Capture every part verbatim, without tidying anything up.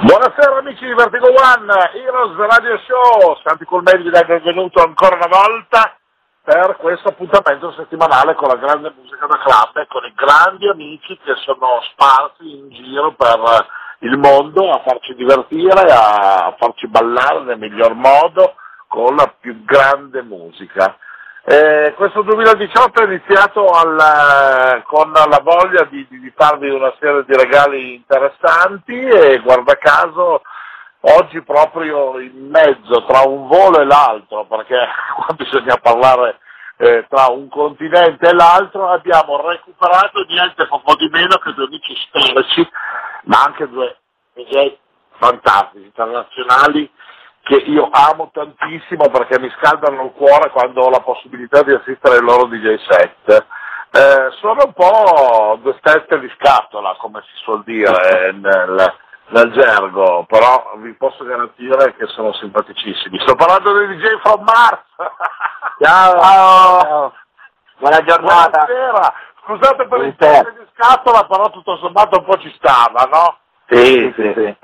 Buonasera amici di Vertigo One, Heroes Radio Show, Santi Colmelli vi dà il benvenuto ancora una volta per questo appuntamento settimanale con la grande musica da club e con i grandi amici che sono sparsi in giro per il mondo a farci divertire, a farci ballare nel miglior modo con la più grande musica. Eh, questo duemiladiciotto è iniziato al, con la voglia di, di, di farvi una serie di regali interessanti e guarda caso oggi proprio in mezzo tra un volo e l'altro, perché qua bisogna parlare eh, tra un continente e l'altro, abbiamo recuperato niente poco di meno che due amici storici, ma anche due D J fantastici, internazionali, che io amo tantissimo perché mi scaldano il cuore quando ho la possibilità di assistere ai loro D J set. Eh, sono un po' due teste di scatola, come si suol dire nel, nel gergo, però vi posso garantire che sono simpaticissimi. Sto parlando dei D J from Mars! Ciao! Ciao. Buona giornata! Buonasera! Scusate per il teste di scatola, però tutto sommato un po' ci stava, no? Sì, sì, sì.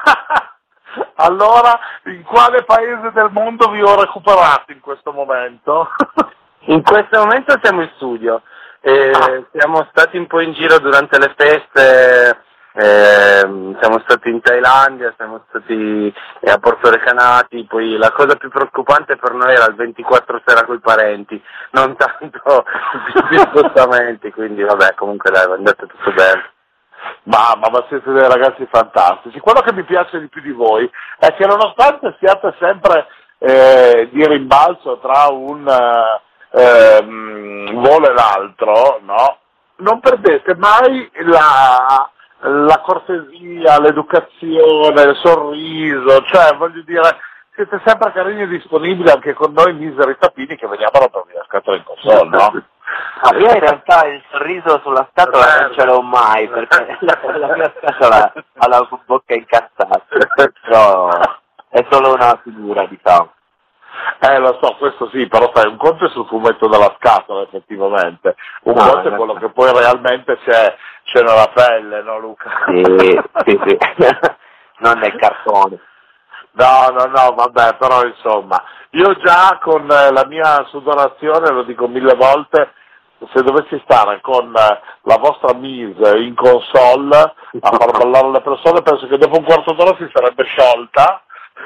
Allora, in quale paese del mondo vi ho recuperato in questo momento? In questo momento siamo in studio, eh, ah. siamo stati un po' in giro durante le feste, eh, siamo stati in Thailandia, siamo stati a Porto Recanati, poi la cosa più preoccupante per noi era il ventiquattro sera coi parenti, non tanto più spostamenti, quindi vabbè, comunque dai, è andato tutto bene. Mamma, ma siete dei ragazzi fantastici. Quello che mi piace di più di voi è che nonostante siate sempre eh, di rimbalzo tra un eh, volo e l'altro, no? Non perdete mai la, la cortesia, l'educazione, il sorriso, cioè voglio dire, siete sempre carini e disponibili anche con noi miseri tapini che veniamo a rompervi la scatola in console, no? Ah, io in realtà il sorriso sulla scatola non ce l'ho mai, perché la, la mia scatola ha la bocca incazzata, però è solo una figura, diciamo. Eh, lo so, questo sì, però sai, un conto è sul fumetto della scatola, effettivamente, un no, conto è quello che poi realmente c'è, c'è nella pelle, no Luca? Sì, sì, sì, non nel cartone. No, no, no, vabbè, però insomma, io già con la mia sudorazione, lo dico mille volte, se dovessi stare con la vostra mise in console a far ballare le persone, penso che dopo un quarto d'ora si sarebbe sciolta.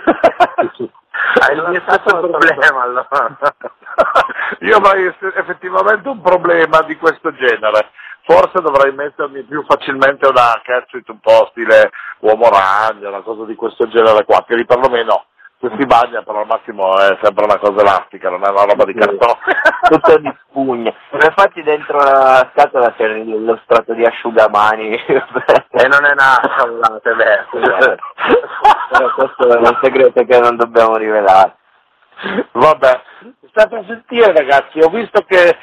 Hai il mio stesso problema allora. Io avrei effettivamente un problema di questo genere. Forse dovrei mettermi più facilmente una catsuit un po' stile uomo ragno, una cosa di questo genere qua, che perlomeno se si bagna però al massimo è sempre una cosa elastica, non è una roba di cartone. Tutto di spugna. Infatti dentro la scatola c'è lo strato di asciugamani e non è una sciabolata, è vero. Però questo è un segreto che non dobbiamo rivelare. Vabbè, state a sentire ragazzi, ho visto che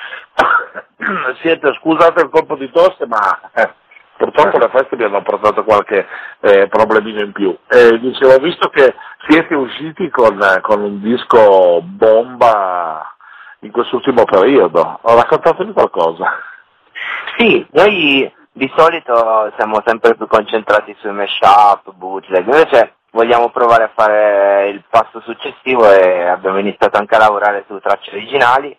siete, scusate il colpo di tosse, ma eh, purtroppo le feste mi hanno portato qualche eh, problemino in più. Eh, dicevo, ho visto che siete usciti con, con un disco bomba in quest'ultimo periodo, raccontatemi qualcosa. Sì, noi di solito siamo sempre più concentrati sui mashup, bootleg, invece vogliamo provare a fare il passo successivo e abbiamo iniziato anche a lavorare su tracce originali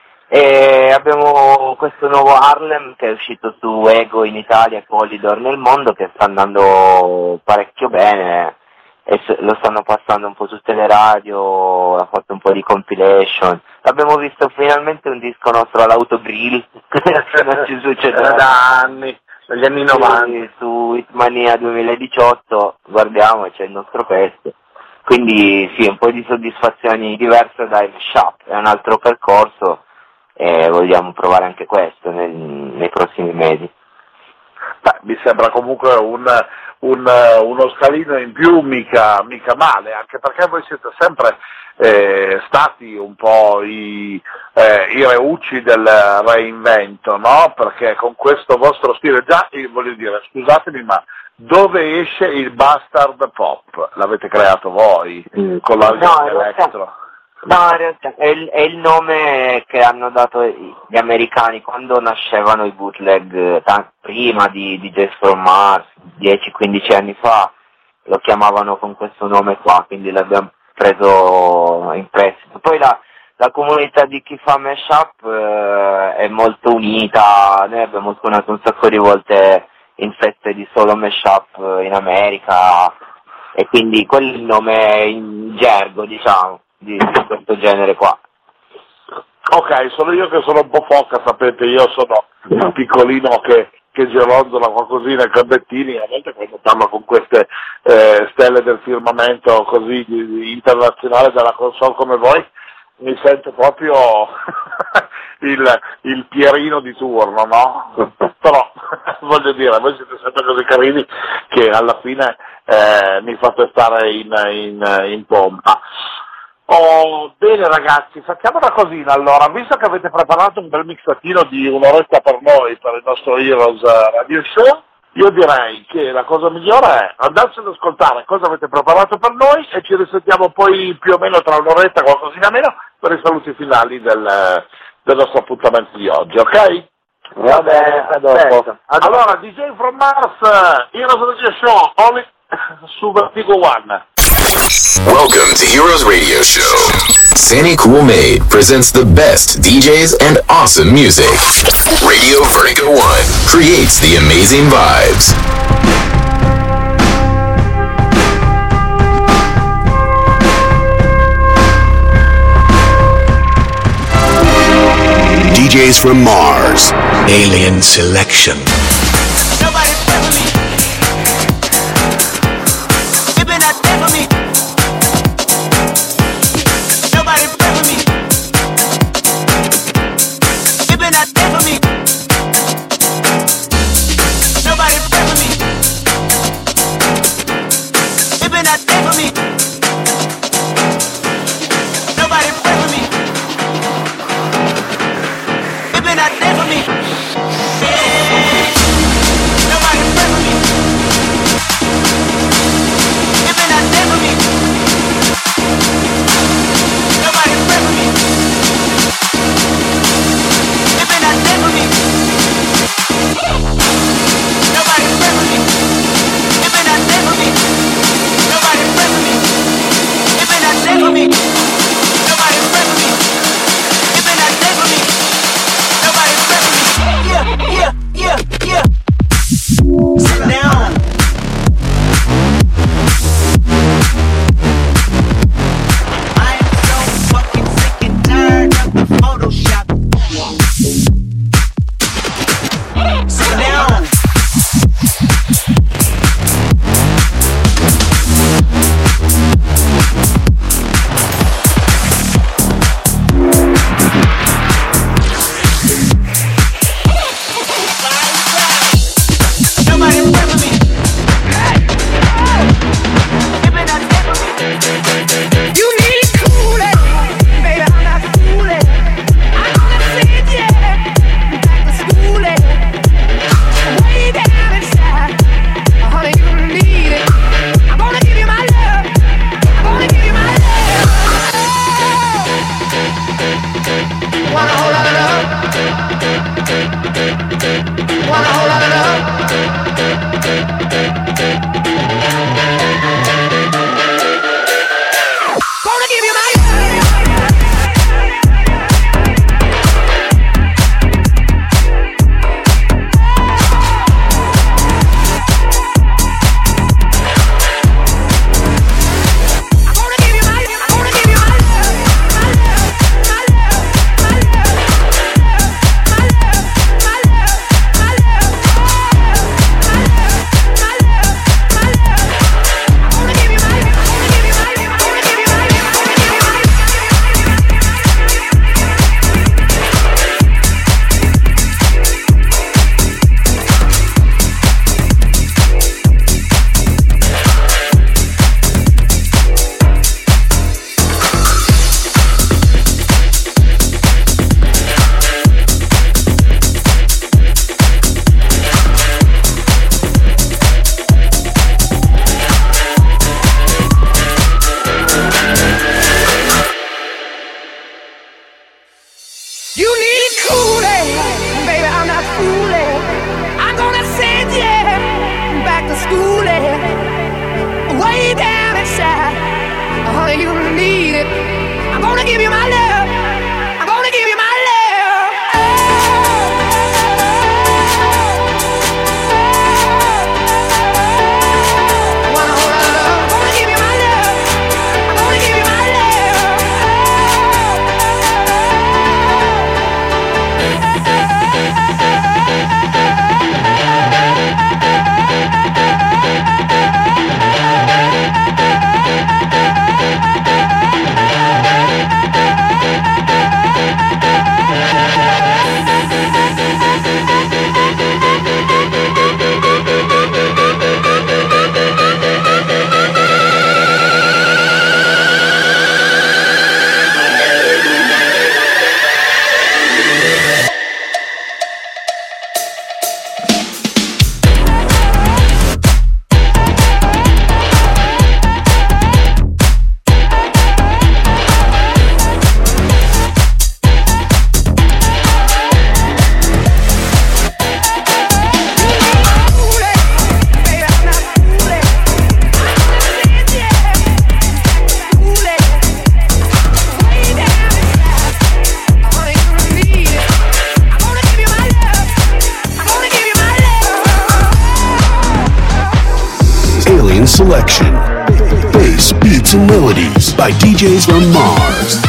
e abbiamo questo nuovo Harlem che è uscito su Ego in Italia e Polydor nel mondo, che sta andando parecchio bene e lo stanno passando un po' tutte le radio, ha fatto un po' di compilation. Abbiamo visto finalmente un disco nostro all'Autogrill che non ci succede da anni, negli anni novanta, su Hitmania duemiladiciotto, guardiamo e c'è il nostro pezzo, quindi sì, un po' di soddisfazioni diverse dai mashup, è un altro percorso e vogliamo provare anche questo nel, nei prossimi mesi. Beh, mi sembra comunque un, un, uno scalino in più mica, mica male, anche perché voi siete sempre eh, stati un po' i, eh, i reucci del reinvento, no? Perché con questo vostro stile, già, voglio dire, scusatemi, ma dove esce il Bastard Pop? L'avete creato voi, mm. con l'Alien no, Electro? No, in realtà è il, è il nome che hanno dato gli americani quando nascevano i bootleg, t- prima di, di Jazz from Mars, dieci quindici anni fa, lo chiamavano con questo nome qua, quindi l'abbiamo preso in prestito. Poi la, la comunità di chi fa mashup eh, è molto unita, noi abbiamo suonato un sacco di volte in feste di solo mashup in America, e quindi quello è il nome in gergo, diciamo, di, di questo genere qua. Ok, sono io che sono un po' foca, sapete, io sono un piccolino che, che geronzola qualcosina ai campettini, a volte quando parlo con queste eh, stelle del firmamento così di, di internazionale della console come voi, mi sento proprio il, il Pierino di turno, no? Però, voglio dire, voi siete sempre così carini che alla fine eh, mi fate stare in, in, in pompa. Oh, bene ragazzi, facciamo una cosina allora, visto che avete preparato un bel mixatino di un'oretta per noi, per il nostro Heroes Radio Show, io direi che la cosa migliore è andarsi ad ascoltare cosa avete preparato per noi e ci risentiamo poi più o meno tra un'oretta, qualcosina meno, per i saluti finali del, del nostro appuntamento di oggi, ok? Va bene, a dopo. Allora, D J from Mars, Heroes Radio Show, only su Vertigo One. Welcome to Heroes Radio Show. Sandy Cool Made presents the best D Js and awesome music. Radio Vertigo One creates the amazing vibes. D Js from Mars. Alien Selection. Nobody pray for me. You been not there for me. Nobody pray for me. You been not there for me. Nobody pray for me. You been not there for me. Nobody pray for me. You been not there for me. Yeah. side. Oh, you need it. I'm gonna give you my love. I'm gonna give you my love. Oh, wanna hold our love. I'm gonna give you my love. I'm gonna give you my love. Selection, bass, beats, and melodies by D Js from Mars.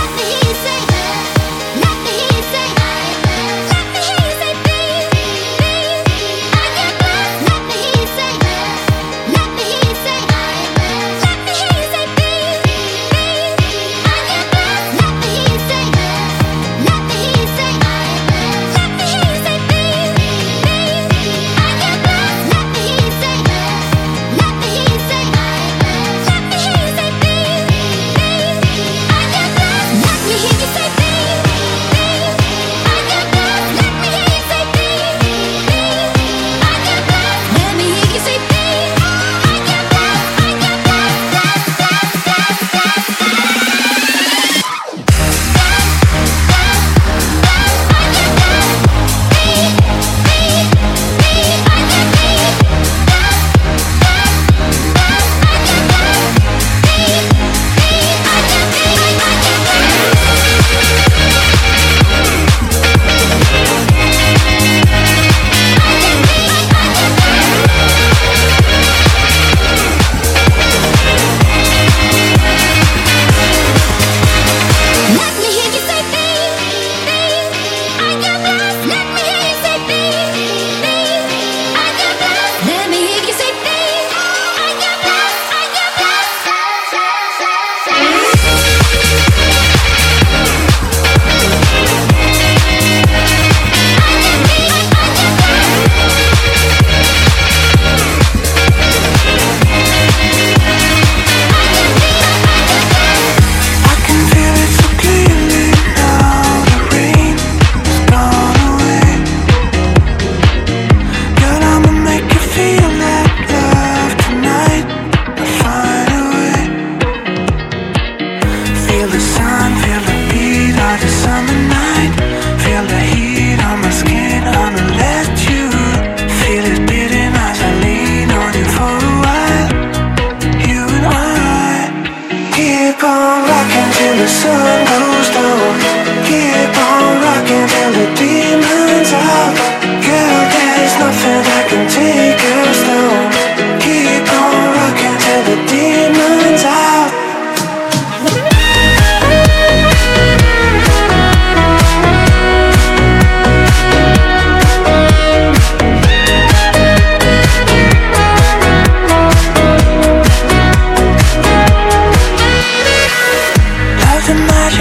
Love the magic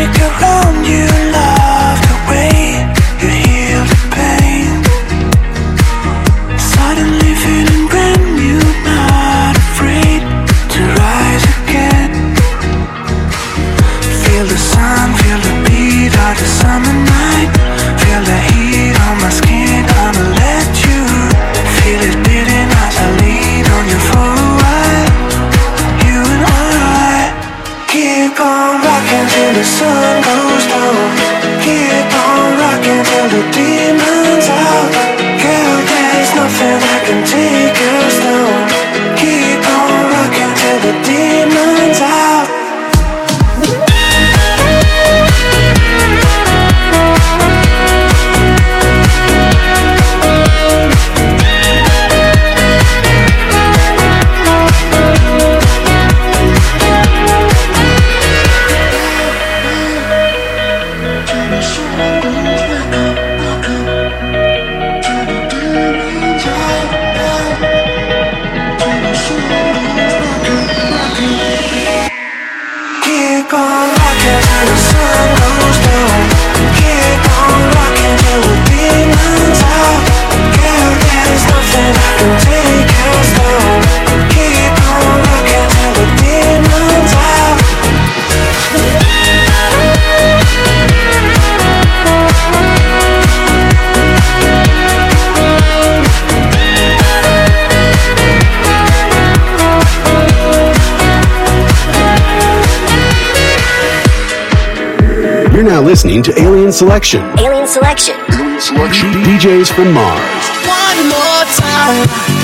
now listening to Alien Selection. Alien Selection. Alien Selection. D Js from Mars. One more time.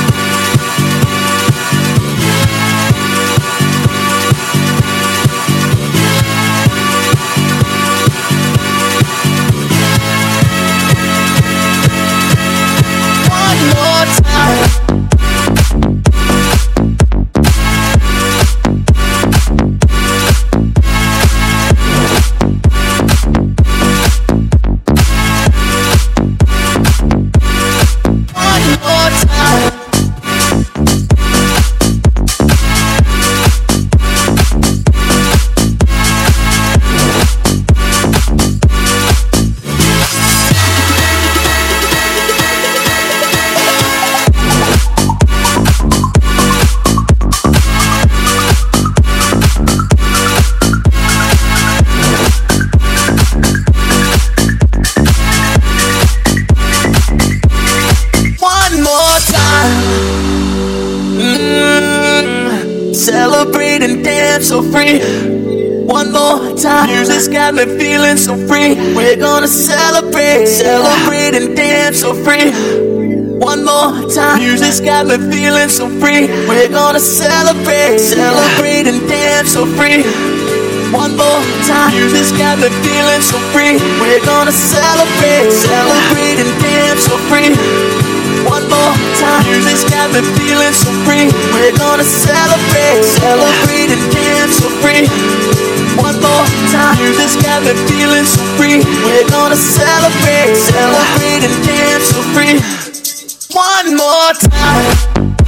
One more time. So free, one more time. Music's got me feeling so free. We're gonna celebrate, celebrate and dance so free. One more time. Music's got me feeling so free. We're gonna celebrate, celebrate and dance so free. One more time. Music's got me feeling so free. We're gonna celebrate, celebrate and dance so free. One more time. Music's got me feeling so free. We're gonna celebrate, celebrate and dance so free. One more time. Music's got me feeling so free. We're gonna celebrate, celebrate and dance so free. One more time.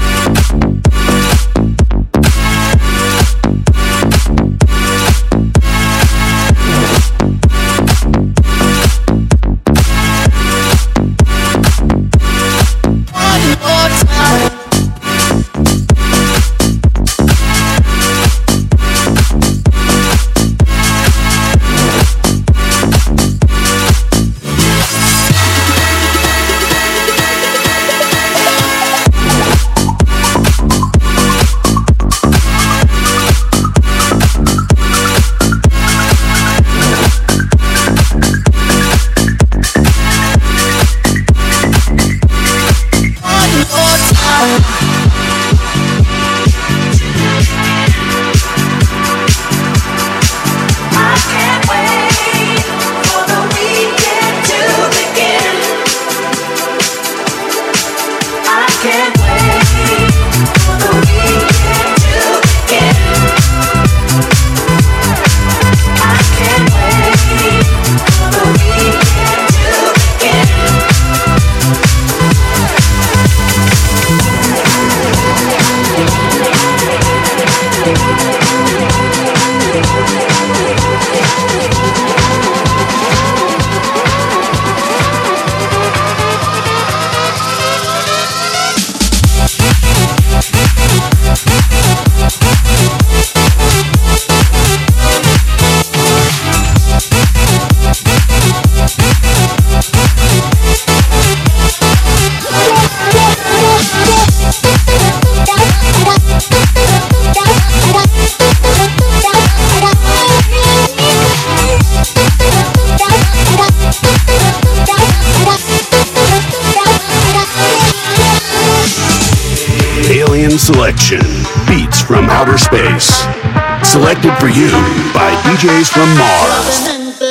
Selection, beats from outer space. Selected for you by D Js from Mars.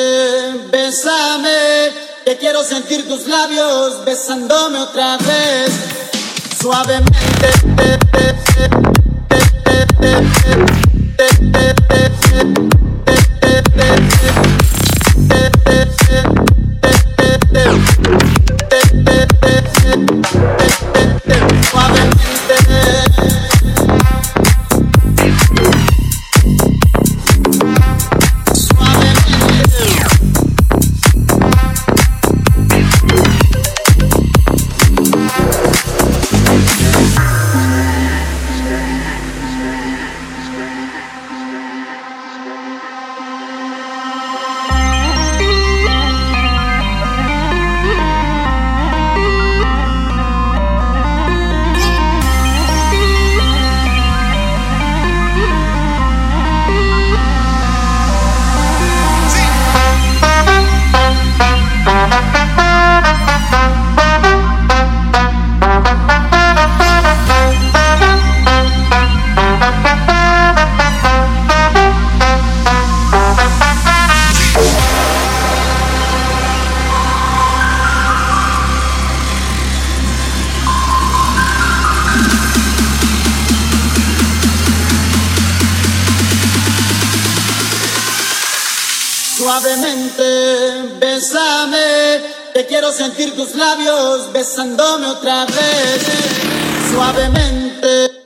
Bésame, que quiero sentir tus labios besándome otra vez. Suavemente. Suavemente, bésame, que quiero sentir tus labios besándome otra vez. Suavemente.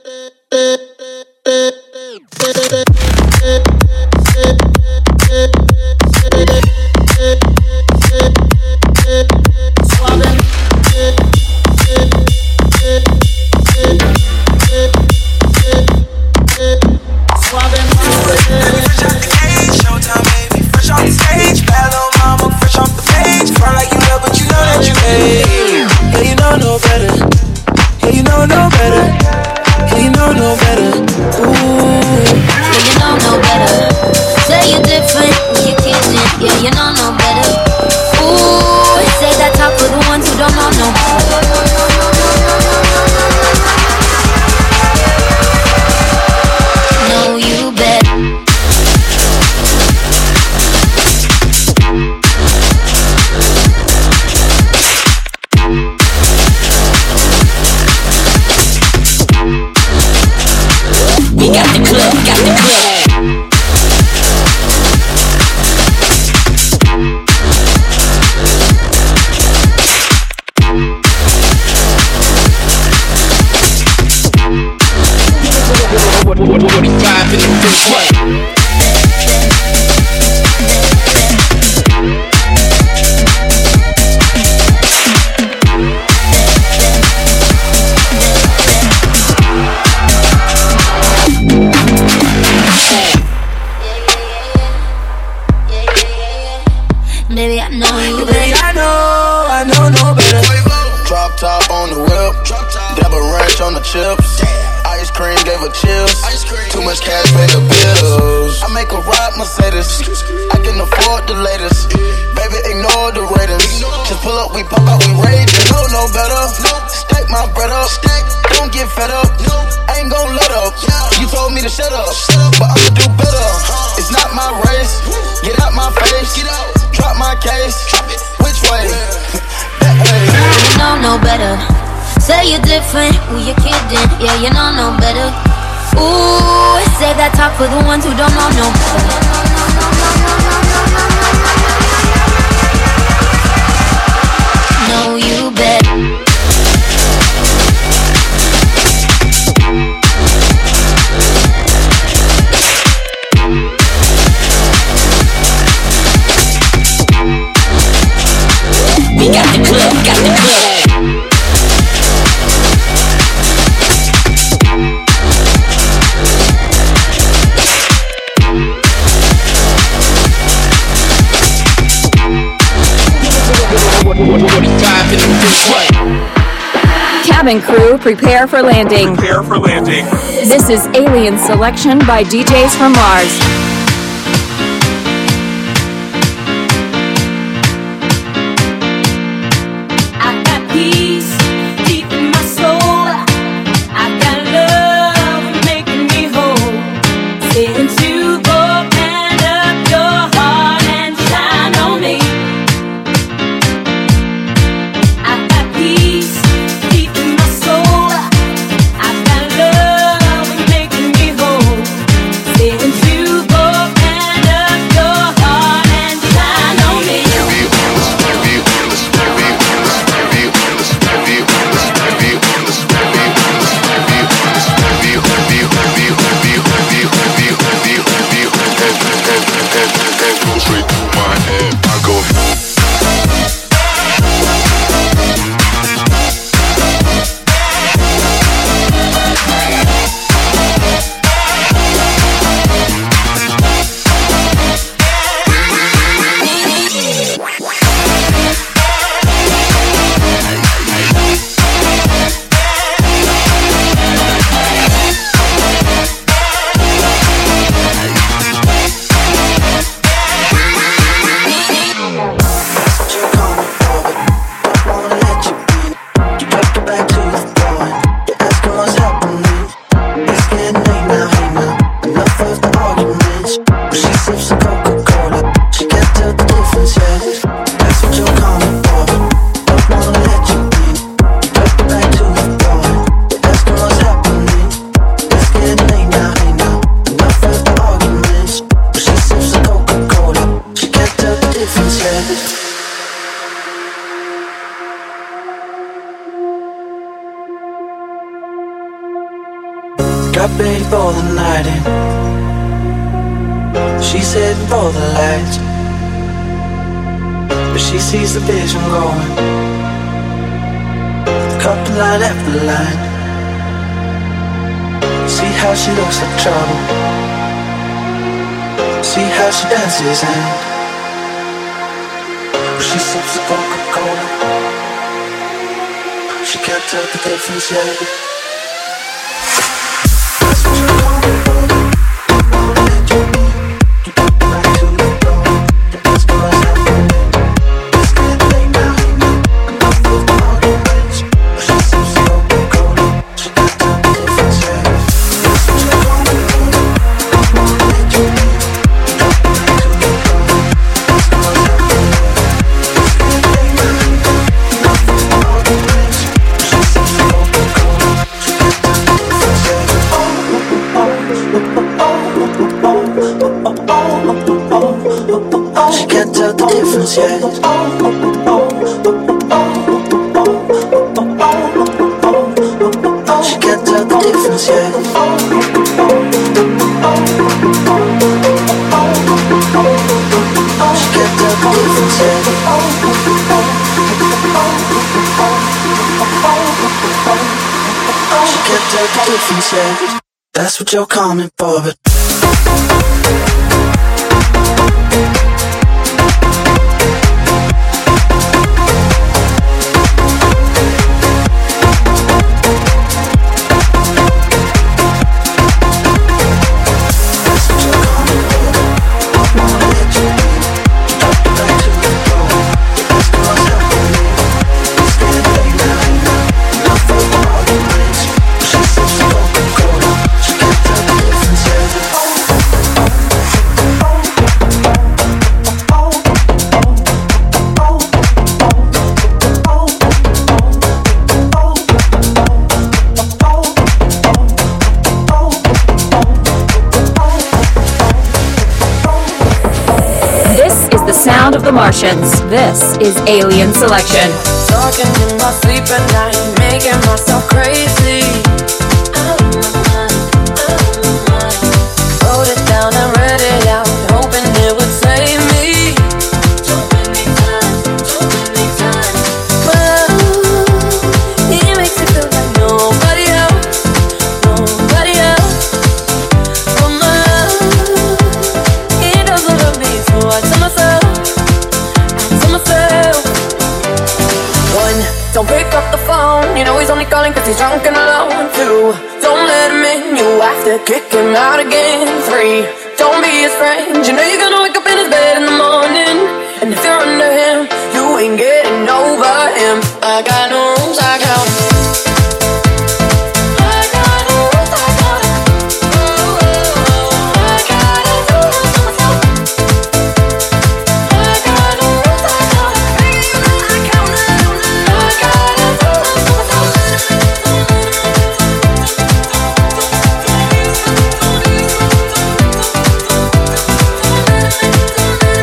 For the ones who don't know no better. No, you bet. We got the club, got the club. Cabin crew, prepare for landing. Prepare for landing. This is Alien Selection by D Js from Mars. To go got ready for the night in. She's heading for the lights, but she sees the vision going, couple line after line. See how she looks like trouble, see how she dances and she sips the Coca-Cola. She can't tell the difference yet. Yet. She can't tell the difference yet. She can't tell the difference yet. She can't tell the difference yet. That's what you're coming for, but sound of the Martians. This is Alien Selection. Talking in my sleep at night, making myself crazy. Out of my mind, out of my mind. Wrote it down and read it out, hoping it would save me. So many times, so many times. Well, he makes me feel like nobody else, nobody else. But my love, he doesn't love me, so I tell myself. Don't pick up the phone, you know he's only calling cause he's drunk and alone. Two, don't let him in, you have to kick him out again. Three, don't be his friend, you know you're gonna wake up in his bed in the morning. And if you're under him, you ain't getting over him. I got no rules, I count.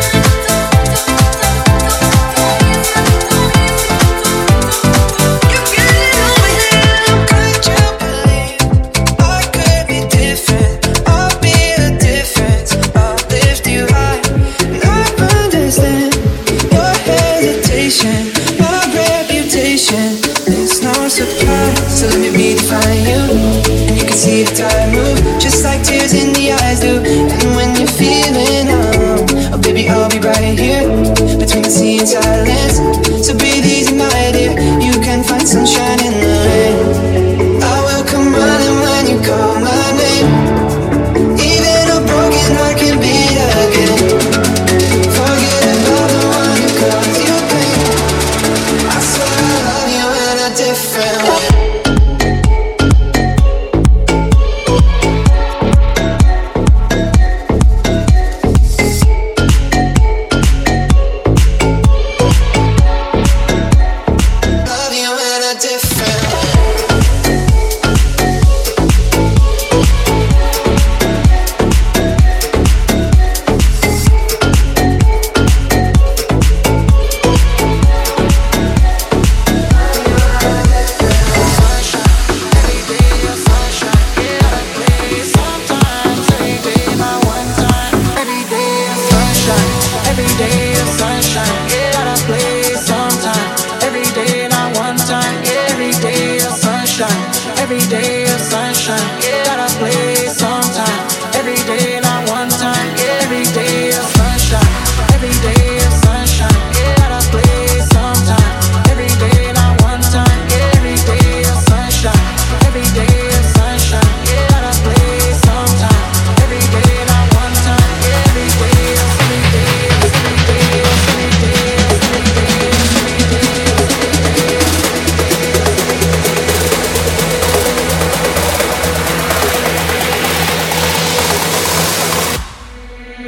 You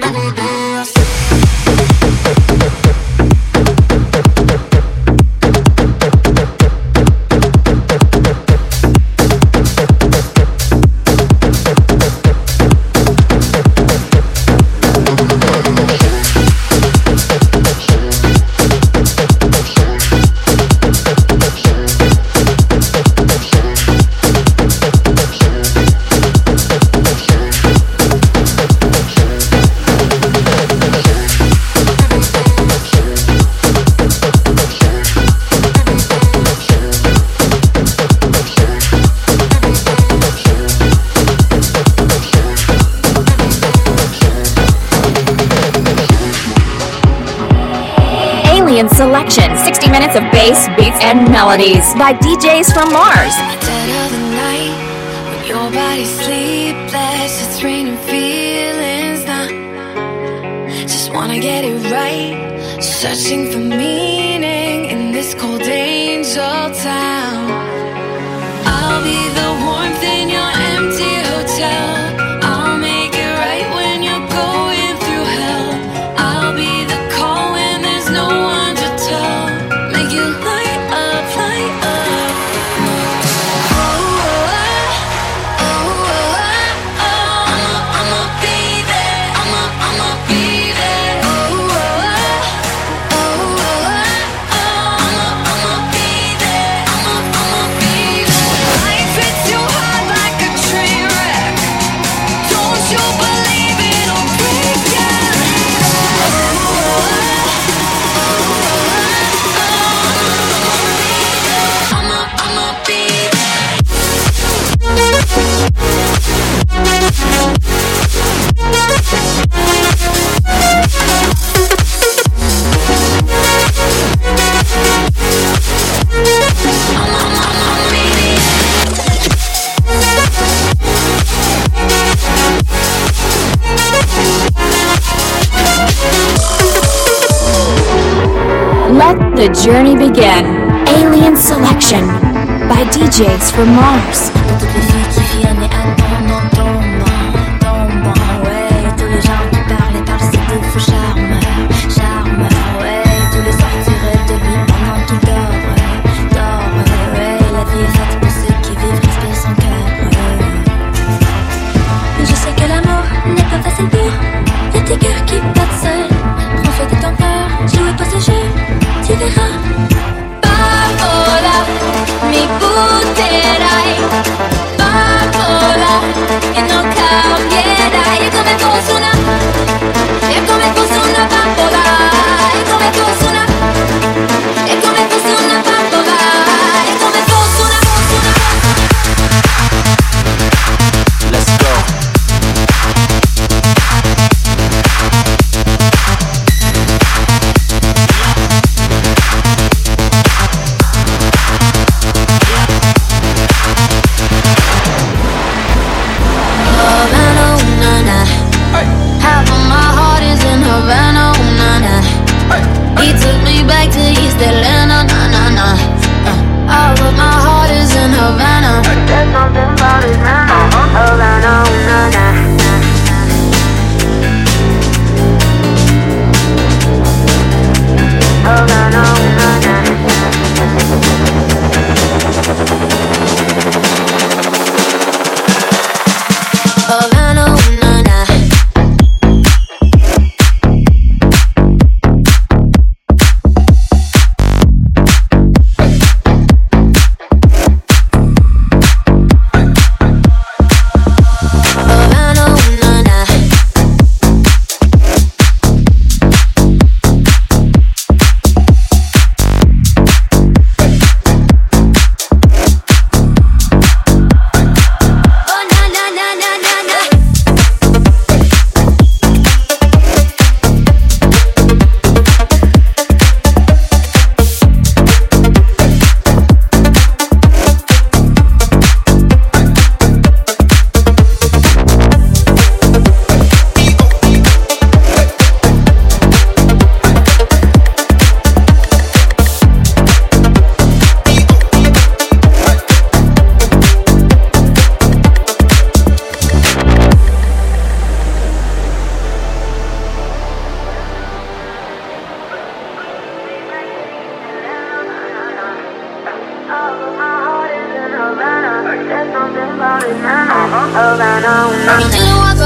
Selection, sixty minutes of bass, beats, and melodies by D Js from Mars. Dead of the night, when your body's sleepless, it's raining feelings now. Just wanna get it right, searching for meaning in this cold angel town. I'll be the warmth in your empty hotel. I'll make it right when you're going through hell. I'll be the call when there's no one to tell. Make you light up, light up. Oh, oh, oh, oh, oh. I'ma, I'ma be there. I'ma, I'ma be there. Oh, oh, oh, oh, oh. I'ma, I'ma be there. I'ma, I'ma be there. Life hits you hard like a train wreck. Don't you believe it'll break you? Oh, oh, oh, I'ma, I'ma be there. Let the journey begin. Alien Selection by D Js from Mars. Toutes les filles qui viennent et attendent en tombant, tombant, ouais. Tous les gens qui parlent et parlent, c'est des faux charmeurs, charmeurs, ouais. Tous les sorties rêvent de lui pendant qu'il dort, ouais, dort, ouais, ouais. La vie est faite pour ceux qui vivent, respirent son cœur, ouais. Mais je sais que l'amour n'est pas facile pour. Y'a des cœurs qui battent seuls. Prends soin de ton cœur, jouez pas ce jeu, tu verras. Paola, mi butterai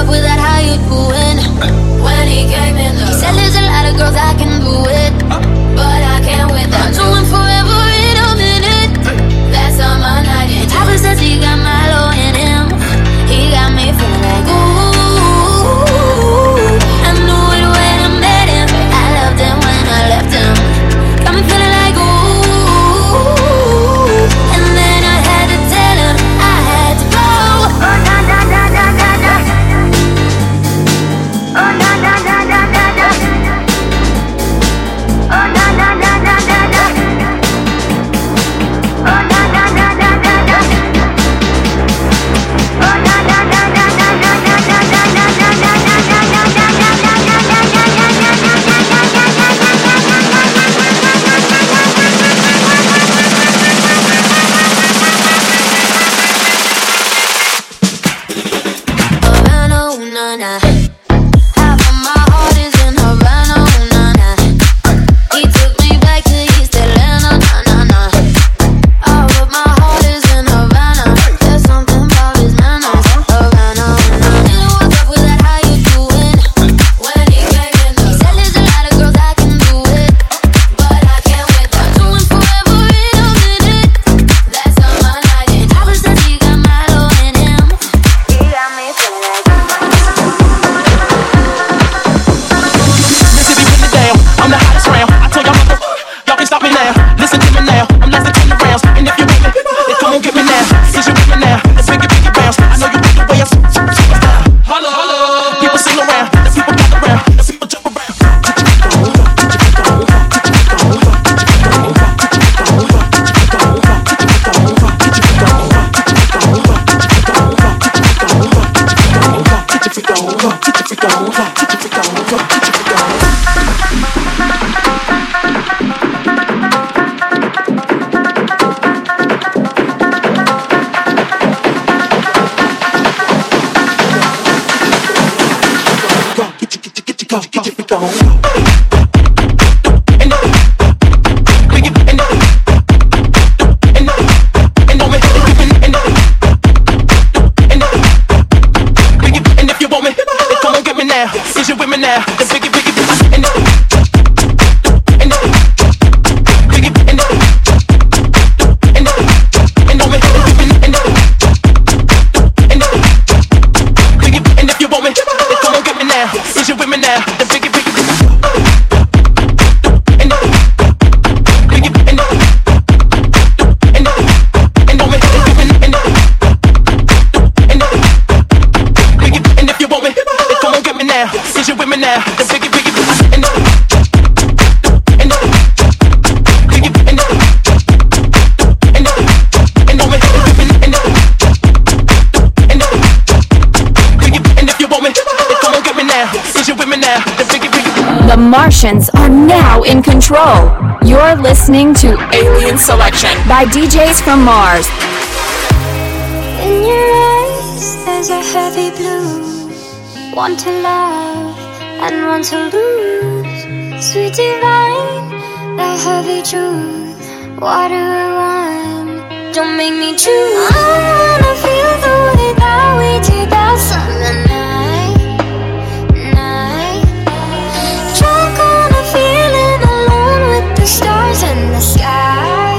up with that, how you doing? When he came in the, he said there's a lot of girls I can do it, but I can't with them. I'm doing forever in a minute. That's all my night in. Papa says he got Milo in him. He got me feeling like ooh. I knew it when I met him. I loved him when I left him. Got me feeling like ooh. And then I had to tell him I had to go. Oh na na na na na na. Oh na na na na na na. Oh na na na na na na. Oh na na na na na na. Oh na na na na na na na na na na na na Havana, ooh, na na. Half of my heart is in Havana, ooh, na na. He took me back to East Atlanta, na na na. All of my heart is in Havana. There's something about his manners. Havana, ooh, na na. Didn't walk up with that, how you doing? When he came in the, he said there's a lot of girls I can do it, but I can't with them. Doing forever in a minute. That's all my night in. Papa says he got Milo in him. He got me feeling like Mississippi, put it down. I'm the hottest round. I tell y'all mother, y'all can stop me now. Listen to me now. I'm lasting ten rounds. And if you with me, then come on get me now. Since you with me now, let's biggie biggie bounce. I know you like the way I superstar. Hello, hello. People sing around. The people gather around. The people jump around. Get your freak on. And if you want me, then come on get me now. Is you with me now? Then biggie, biggie, biggie. And and biggie, and and and on me, and and biggie, and if you want me, then come on get me now. Is you with me now? Then biggie, biggie, biggie. And biggie, and and and on me, and and and biggie, and if you want me, then come on get me now. Is you with me now? Then biggie, biggie, biggie. And and biggie, and and and on me, and and and biggie, and if you want me, then come on get me now. Is you with me now? Then biggie, biggie. The Martians are now in control. You're listening to Alien Selection by D Js from Mars. in your eyes. There's a heavy blue. One to love and one to lose. Sweet divine, the heavy truth. Water or wine, don't make me choose. I wanna feel the way that we did that summer night, night. Drunk on a feeling, alone with the stars in the sky.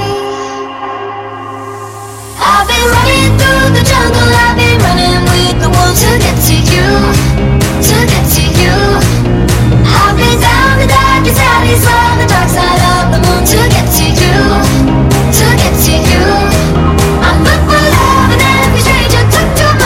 I've been running through the jungle, I've been running with the wolves to get to you, to get to you. I've been down the darkest alleys on the dark side of the moon to get to you, to get to you. I'm looking for love and every stranger took to my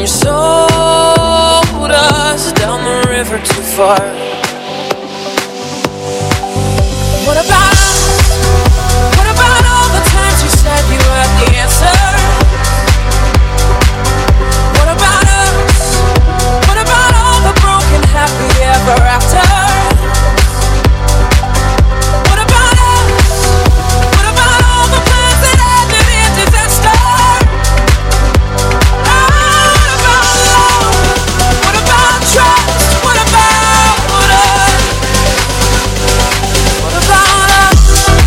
you sold us down the river too far. What about us? What about all the times you said you had the answer? What about us? What about all the broken happy ever after? What about us? What about all the plans that ended in disaster? What about love? What about trust? What about us? What about us?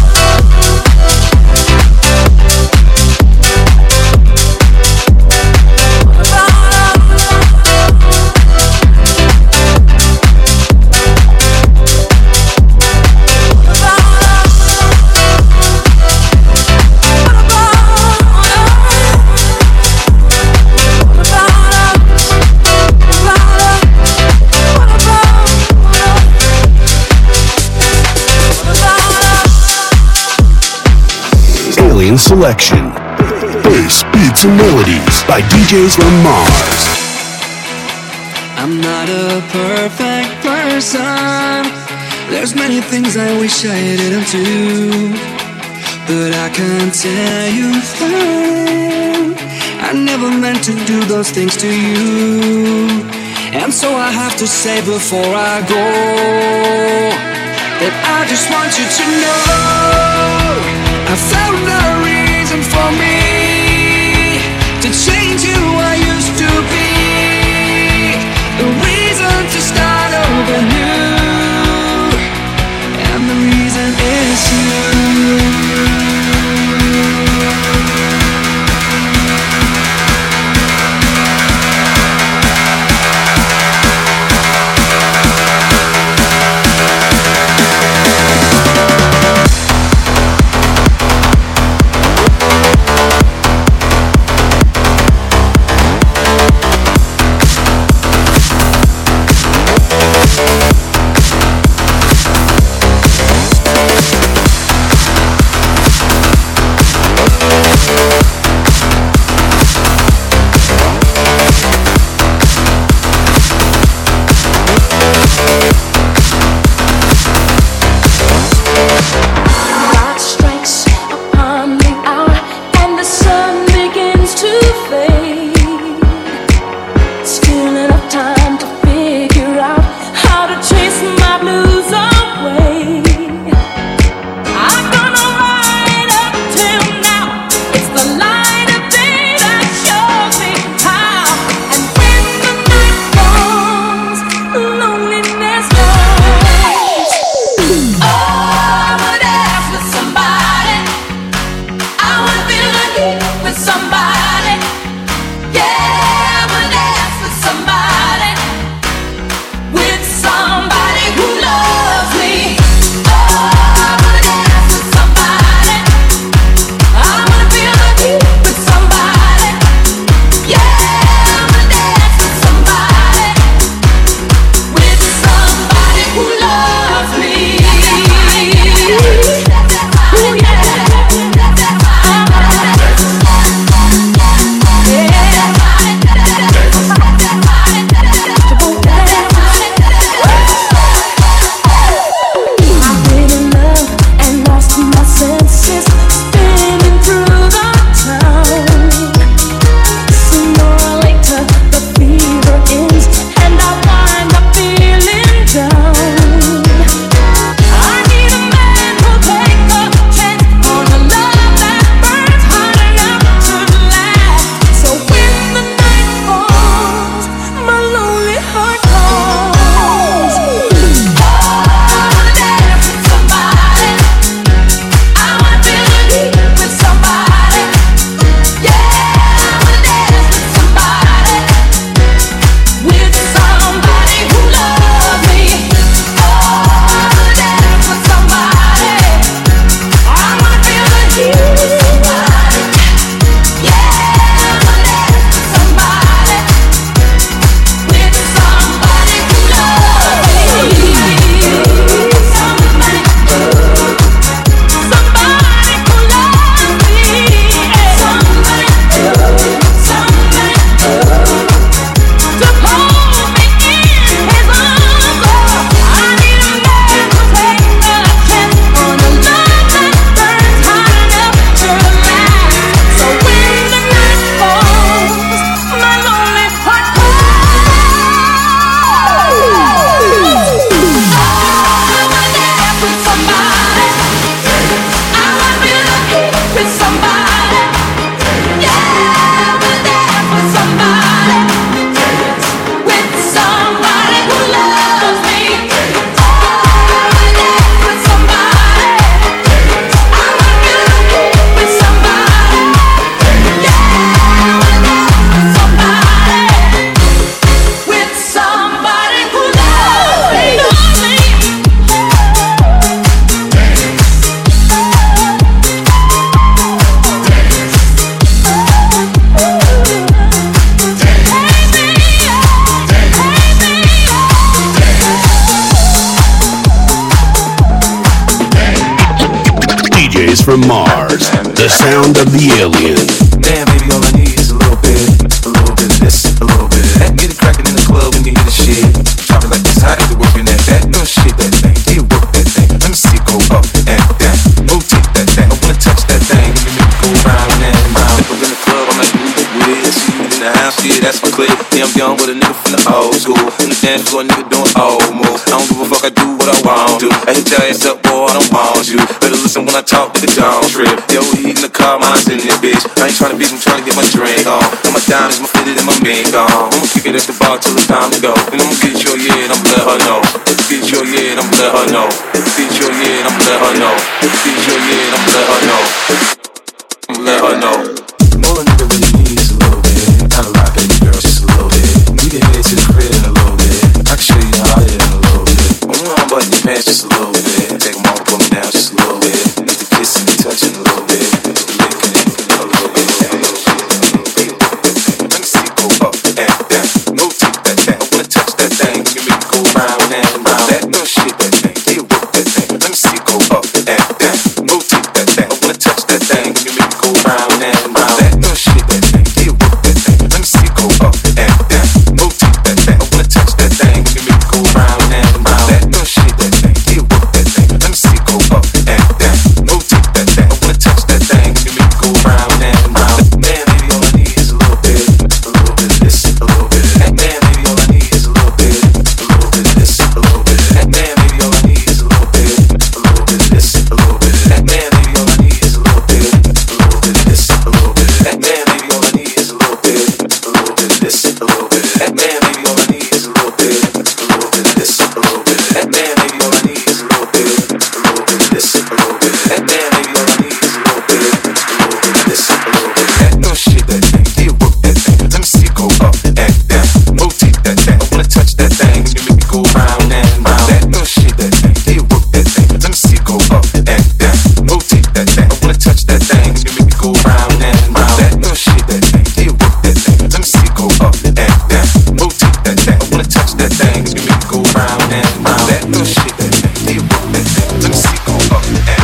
Alien Selection. Bass, beats, and melodies by D Js from Mars. I'm not a perfect person. There's many things I wish I didn't do, but I can't tell you that I never meant to do those things to you. And so I have to say before I go that I just want you to know I found a reason for me to change who I used to be, a reason to start over new, and the reason is you. from Mars, the sound of the alien. Damn, baby, all I need is a little bit, a little bit of this, a little bit of that. Get it crackin' in the club when you hear the shit. Drop it like this, how is it working at that? Don't shit that thing, yeah, work that thing. Let me see it go up and down. Rotate that thing, I wanna touch that thing. Let me make it go round and round. If I'm in the club, I'm like, ooh, with see you in the house, yeah, that's my clique. Yeah, I'm young with a nigga from the old school. In the dance floor, nigga doing old moves. I don't give a fuck, I do what I want to. I hit your ass up, boy, I don't want you. Better listen when I talk, nigga, don't trip. Yo, he in the car, mine's in this bitch. I ain't tryna beat, I'm tryna get my drink on. And my diamonds, my fitted, and my mink on. I'ma kick it at the bar till it's time to go. And I'ma get your yeah, and I'ma let her know. Get your yeah, and I'ma let her know. Get your yeah, and I'ma let her know. Get your yeah, and I'ma let her know. I'ma let her know. All a nigga really needs is a little bit. Kinda like baby girl, just a little bit. We can head to the crib in a little bit. I can show you how I hit in a little bit. I'm button your pants just a little bit. Take them off, pull me down just a little bit. Get the kissing and touching a little bit. Licking it a little bit. Let me see it go up and down. Rotate that thing. I wanna touch that thing. You can make it go round and round. That little shit, that thing. Yeah, work that thing. Let me see it go up and down. Rotate that thing. I wanna touch that thing. You can make it go round and round. That little shit, that thing. Yeah, work that thing. Let me see it go up and down. Rotate that thing. I wanna touch that thing. You can make it go round and round. That little shit, that thing. Yeah, work that thing. Let me see it go up and down. Rotate that thing. I wanna touch that thing. You can make it go round and round. Man, baby, all I need is a little bit, a little bit of this, a little bit of that. Man, baby, all I need is a little bit, a little bit of this, a little bit of that. Man, baby, all I need is a little bit, a little bit of this, a little bit of that. Man, baby, all I need is a little bit, a little bit of this, a little bit of that. Man, baby, all I need is a little bit, a little bit of this, a little bit of that. Man, baby, all I need is a little bit, a little bit of this, a little bit of that. Man, baby, all I need is a little bit, a little bit of this, a little bit of that. Man, baby, all I need is a little bit, a little bit of this, a little bit of that. No shit, that thing, yeah, work that thing. Let me see it go up and down. Rotate that thing. I wanna touch that thing. You make it go round and round. That no shit, that thing, yeah, work that thing. Let me see it go up and down. Rotate that thing. I wanna touch that thing. You make it go round and round. That no shit, that thing, yeah, work that thing. Let me see it go up and down. Rotate that thing. I wanna touch that thing. You make it go round and round. That no shit, that thing, yeah, work that thing. Let me see it go up and down.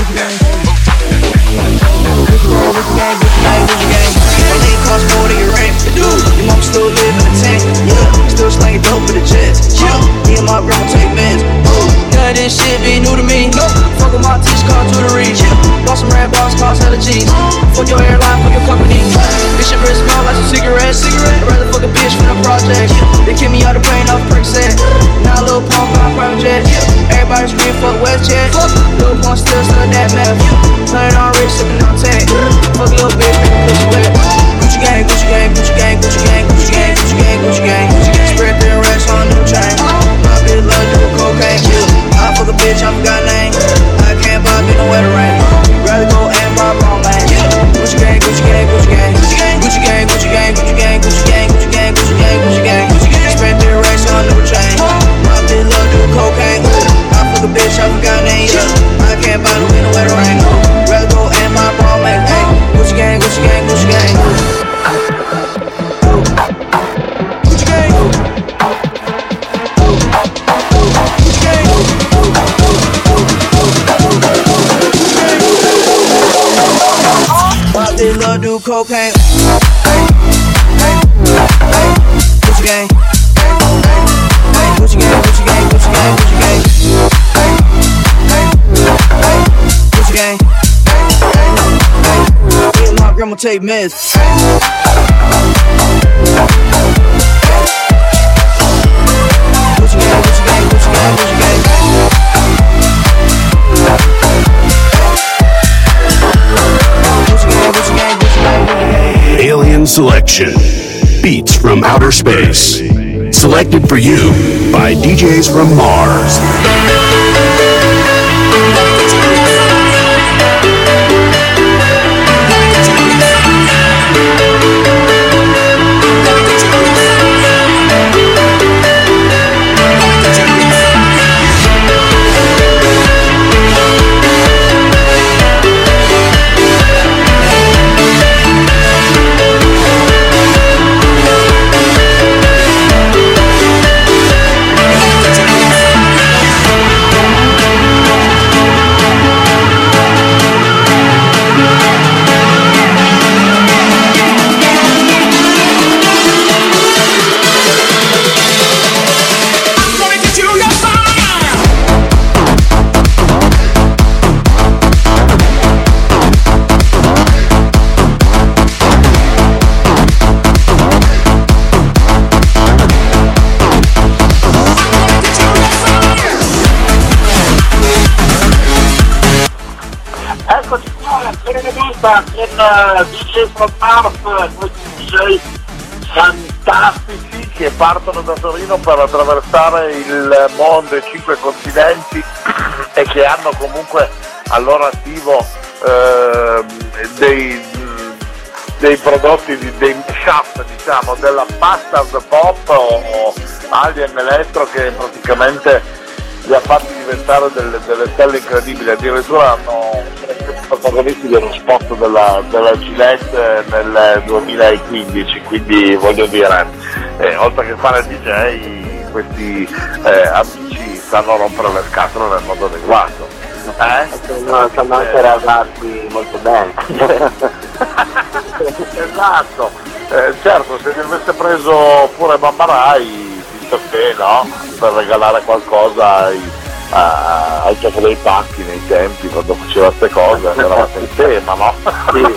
Cost more than your rent. Dude, your mom still live in a tent. Yeah, still slanging dope for the jets. Yeah, me and my grandma take meds. Ooh, none of this shit be new to me. No, fuck with my teach called tutoring. Yeah, bought some red box, cost hella G's. Fuck your airline, fuck your company. This shit really smell like some cigarettes. Cigarette. I'd rather fuck a bitch from the project. They kick me out the brain off prick set. Now a little pump on private jet. Everybody scream fuck WestJet. Little pump still selling that meth. Playing on rich, sipping on tech. Fuck a little bitch, make a pussy wet. Gucci gang, Gucci gang, Gucci gang, Gucci gang, Gucci gang, Gucci gang, Gucci gang, Gucci gang. Spread thin racks on new chain. My bitch love doing cocaine. I fuck a bitch, I forgot name. I can't buy me no wetter rain. Rather go and buy wrong lane. Gucci gang, Gucci gang, Gucci gang, Gucci gang, Gucci gang, Gucci gang, Gucci gang, Gucci gang, Gucci gang, Gucci gang, Gucci gang, Gucci gang. Spread thin racks on new chain. My bitch love doing cocaine. I fuck a bitch, I forgot name. I can't buy no wetter rain. Rather go and buy wrong lane. Gucci gang, Gucci gang, Gucci gang. They love do cocaine. Hey, hey, hey, Gucci gang. Hey, hey, Gucci gang, Gucci gang, Gucci gang, Gucci gang. Hey, hey, hey, Gucci gang. Hey, hey, hey, me and my grandma take meds. Gucci gang, Gucci gang, Gucci gang, Gucci gang. Alien Selection. Beats from outer space. Selected for you by D Js from Mars. We'll be right back. diretta con uh, D J from Mars, questi D J fantastici che partono da Torino per attraversare il mondo e cinque continenti e che hanno comunque al loro attivo eh, dei, dei prodotti, di, dei mashup, diciamo, della bastard pop o alien electro che praticamente li ha fatti diventare delle, delle stelle incredibili. Addirittura hanno protagonisti dello spot della, della Gillette nel duemilaquindici, quindi voglio dire, eh, oltre che fare D J, questi eh, amici sanno rompere le scatole nel modo adeguato. Eh? No, sanno anche ragazzi molto bene. Esatto, eh, certo, se mi avesse preso pure Mamma Rai, visto che no, per regalare qualcosa ai, a, al gioco dei pacchi nei tempi, quando faceva queste cose, eravate in tema, no? Sì,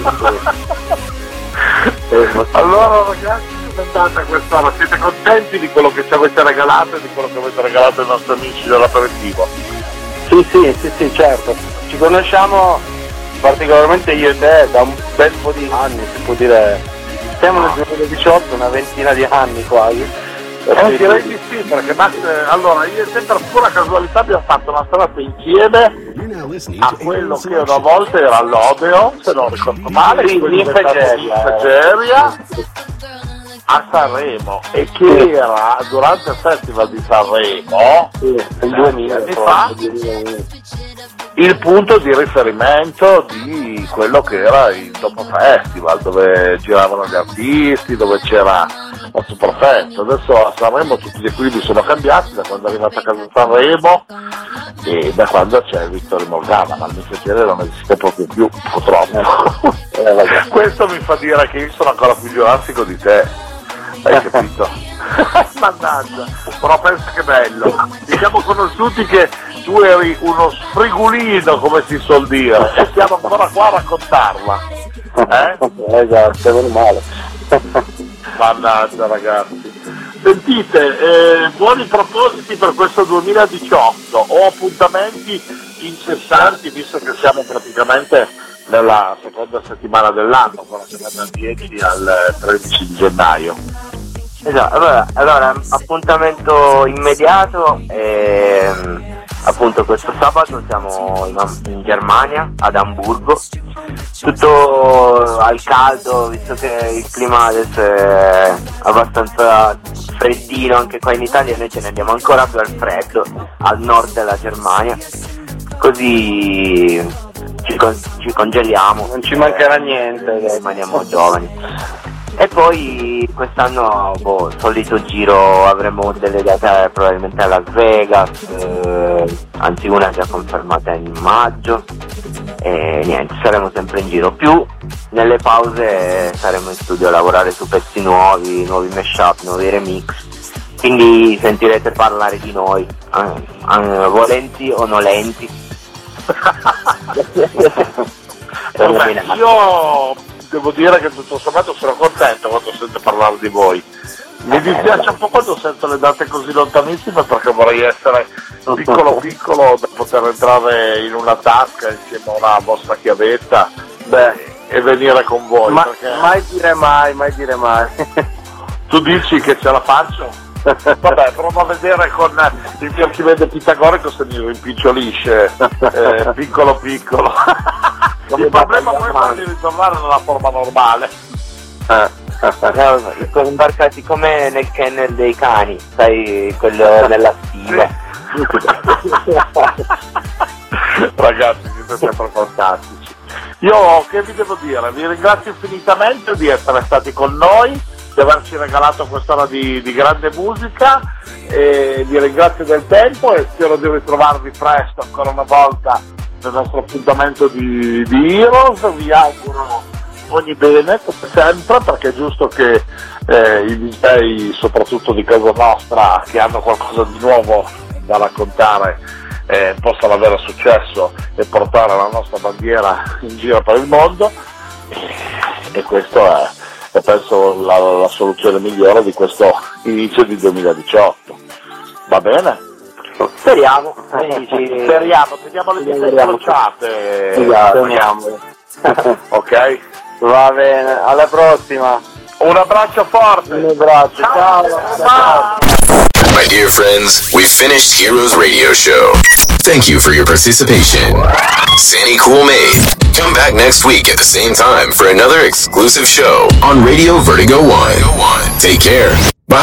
sì. Allora ragazzi, come è andata quest'ora? Siete contenti di quello che ci avete regalato e di quello che avete regalato ai nostri amici dell'aperitivo? Sì, sì, sì, sì, certo. Ci conosciamo particolarmente io e te da un bel po' di anni, si può dire. Siamo nel duemiladiciotto, una ventina di anni quasi. Eh, direi di sì, perché Max, allora io e te per pura casualità abbiamo fatto una serata insieme a quello che una volta era l'Odeon, se non ricordo male, sì, quello in Fegeria a Sanremo, e che era durante il Festival di Sanremo, sì, il duemila anni fa, il punto di riferimento di quello che era il Dopo Festival, dove giravano gli artisti, dove c'era la Superfest. Adesso a Sanremo tutti gli equilibri sono cambiati da quando è arrivata a casa Sanremo e da quando c'è Vittorio Morgana, ma il mio piacere non esiste proprio più, purtroppo. Eh, questo mi fa dire che io sono ancora più giurassico di te. Hai capito? Mannaggia, però pensa che bello. Ci siamo conosciuti che tu eri uno sfrigulino, come si suol dire, e siamo ancora qua a raccontarla. Eh? Esatto, meno male. Mannaggia ragazzi. Sentite, eh, buoni propositi per questo duemiladiciotto o appuntamenti incessanti, visto che siamo praticamente nella seconda settimana dell'anno, con la dal dieci al tredici di gennaio. Esatto, allora, allora appuntamento immediato, ehm, appunto questo sabato siamo in, in Germania, ad Amburgo, tutto al caldo, visto che il clima adesso è abbastanza freddino anche qua in Italia, noi ce ne andiamo ancora più al freddo, al nord della Germania, così ci, con, ci congeliamo, non ci mancherà niente, e rimaniamo giovani. E poi quest'anno, boh, solito giro, avremo delle date probabilmente a Las Vegas, eh, anzi una già confermata in maggio, e niente, saremo sempre in giro. Più nelle pause saremo in studio a lavorare su pezzi nuovi, nuovi mashup, nuovi remix, quindi sentirete parlare di noi, eh, eh, volenti o nolenti. Vabbè, io devo dire che tutto sommato sono contento quando sento parlare di voi. Mi dispiace un po' quando sento le date così lontanissime, perché vorrei essere piccolo piccolo da poter entrare in una tasca insieme a una vostra chiavetta, beh, e venire con voi. Ma, perché... mai dire mai, mai dire mai. Tu dici che ce la faccio? Vabbè, provo a vedere con il mio archivede pitagorico se mi rimpicciolisce, eh, piccolo piccolo. Il problema poi è farli ritornare nella forma normale. Eh, sono imbarcati come nel kennel dei cani, sai, quello nella stiva. Ragazzi, siete sempre fantastici. Io che vi devo dire? Vi ringrazio infinitamente di essere stati con noi, di averci regalato quest'ora di, di grande musica, e vi ringrazio del tempo e spero di ritrovarvi presto ancora una volta nel nostro appuntamento di, di Heroes. Vi auguro ogni bene come sempre, perché è giusto che eh, i D J, soprattutto di casa nostra, che hanno qualcosa di nuovo da raccontare, eh, possano avere successo e portare la nostra bandiera in giro per il mondo, e, e questo è, è penso la, la soluzione migliore di questo inizio di duemiladiciotto. Va bene? Speriamo, speriamo, vediamo le dita incrociate. Speriamo. Ok? Va bene, alla prossima. Un abbraccio forte. Un abbraccio, ciao. Ciao. My dear friends, we've finished Heroes Radio Show. Thank you for your participation. Sandy Cool Made. Come back next week at the same time for another exclusive show on Radio Vertigo One. Take care.